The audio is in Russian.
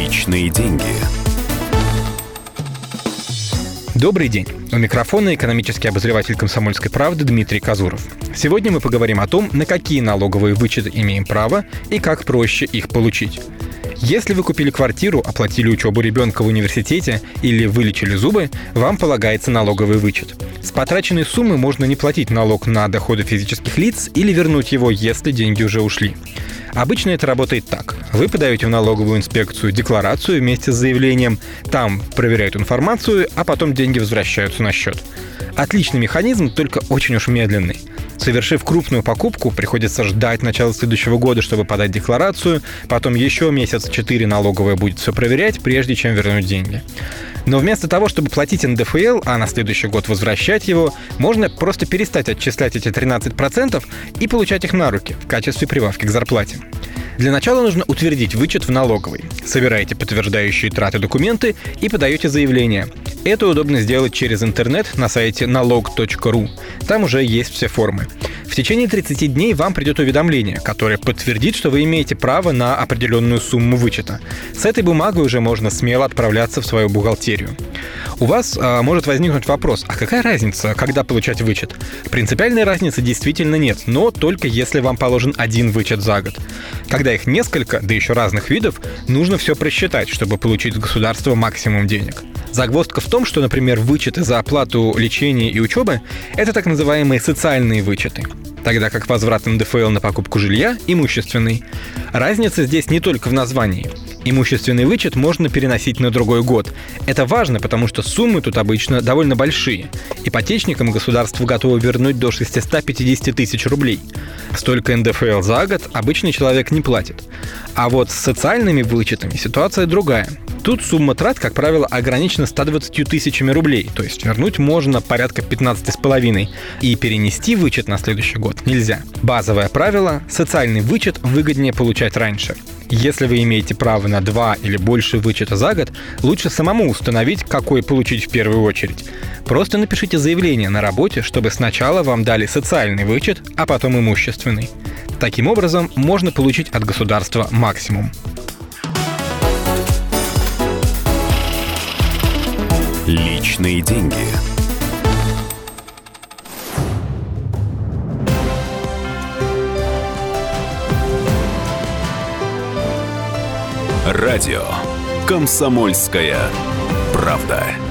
Личные деньги. Добрый день. У микрофона экономический обозреватель «Комсомольской правды» Дмитрий Казуров. Сегодня мы поговорим о том, на какие налоговые вычеты имеем право и как проще их получить. Если вы купили квартиру, оплатили учебу ребенка в университете или вылечили зубы, вам полагается налоговый вычет. С потраченной суммы можно не платить налог на доходы физических лиц или вернуть его, если деньги уже ушли. Обычно это работает так. Вы подаете в налоговую инспекцию декларацию вместе с заявлением, там проверяют информацию, а потом деньги возвращаются на счет. Отличный механизм, только очень уж медленный. Совершив крупную покупку, приходится ждать начала следующего года, чтобы подать декларацию, потом еще месяц 4 налоговая будет все проверять, прежде чем вернуть деньги. Но вместо того, чтобы платить НДФЛ, а на следующий год возвращать его, можно просто перестать отчислять эти 13% и получать их на руки в качестве прибавки к зарплате. Для начала нужно утвердить вычет в налоговой. Собираете подтверждающие траты документы и подаете заявление. Это удобно сделать через интернет на сайте налог.ру. Там уже есть все формы. В течение 30 дней вам придет уведомление, которое подтвердит, что вы имеете право на определенную сумму вычета. С этой бумагой уже можно смело отправляться в свою бухгалтерию. У вас может возникнуть вопрос, а какая разница, когда получать вычет? Принципиальной разницы действительно нет, но только если вам положен один вычет за год. Когда их несколько, да еще разных видов, нужно все просчитать, чтобы получить с государства максимум денег. Загвоздка в том, что, например, вычеты за оплату лечения и учебы – это так называемые социальные вычеты, тогда как возврат НДФЛ на покупку жилья – имущественный. Разница здесь не только в названии. Имущественный вычет можно переносить на другой год. Это важно, потому что суммы тут обычно довольно большие. Ипотечникам государство готово вернуть до 650 тысяч рублей. Столько НДФЛ за год обычный человек не платит. А вот с социальными вычетами ситуация другая. Тут сумма трат, как правило, ограничена 120 тысячами рублей, то есть вернуть можно порядка 15,5, и перенести вычет на следующий год нельзя. Базовое правило – социальный вычет выгоднее получать раньше. Если вы имеете право на 2 или больше вычета за год, лучше самому установить, какой получить в первую очередь. Просто напишите заявление на работе, чтобы сначала вам дали социальный вычет, а потом имущественный. Таким образом, можно получить от государства максимум. Личные деньги. Радио «Комсомольская правда».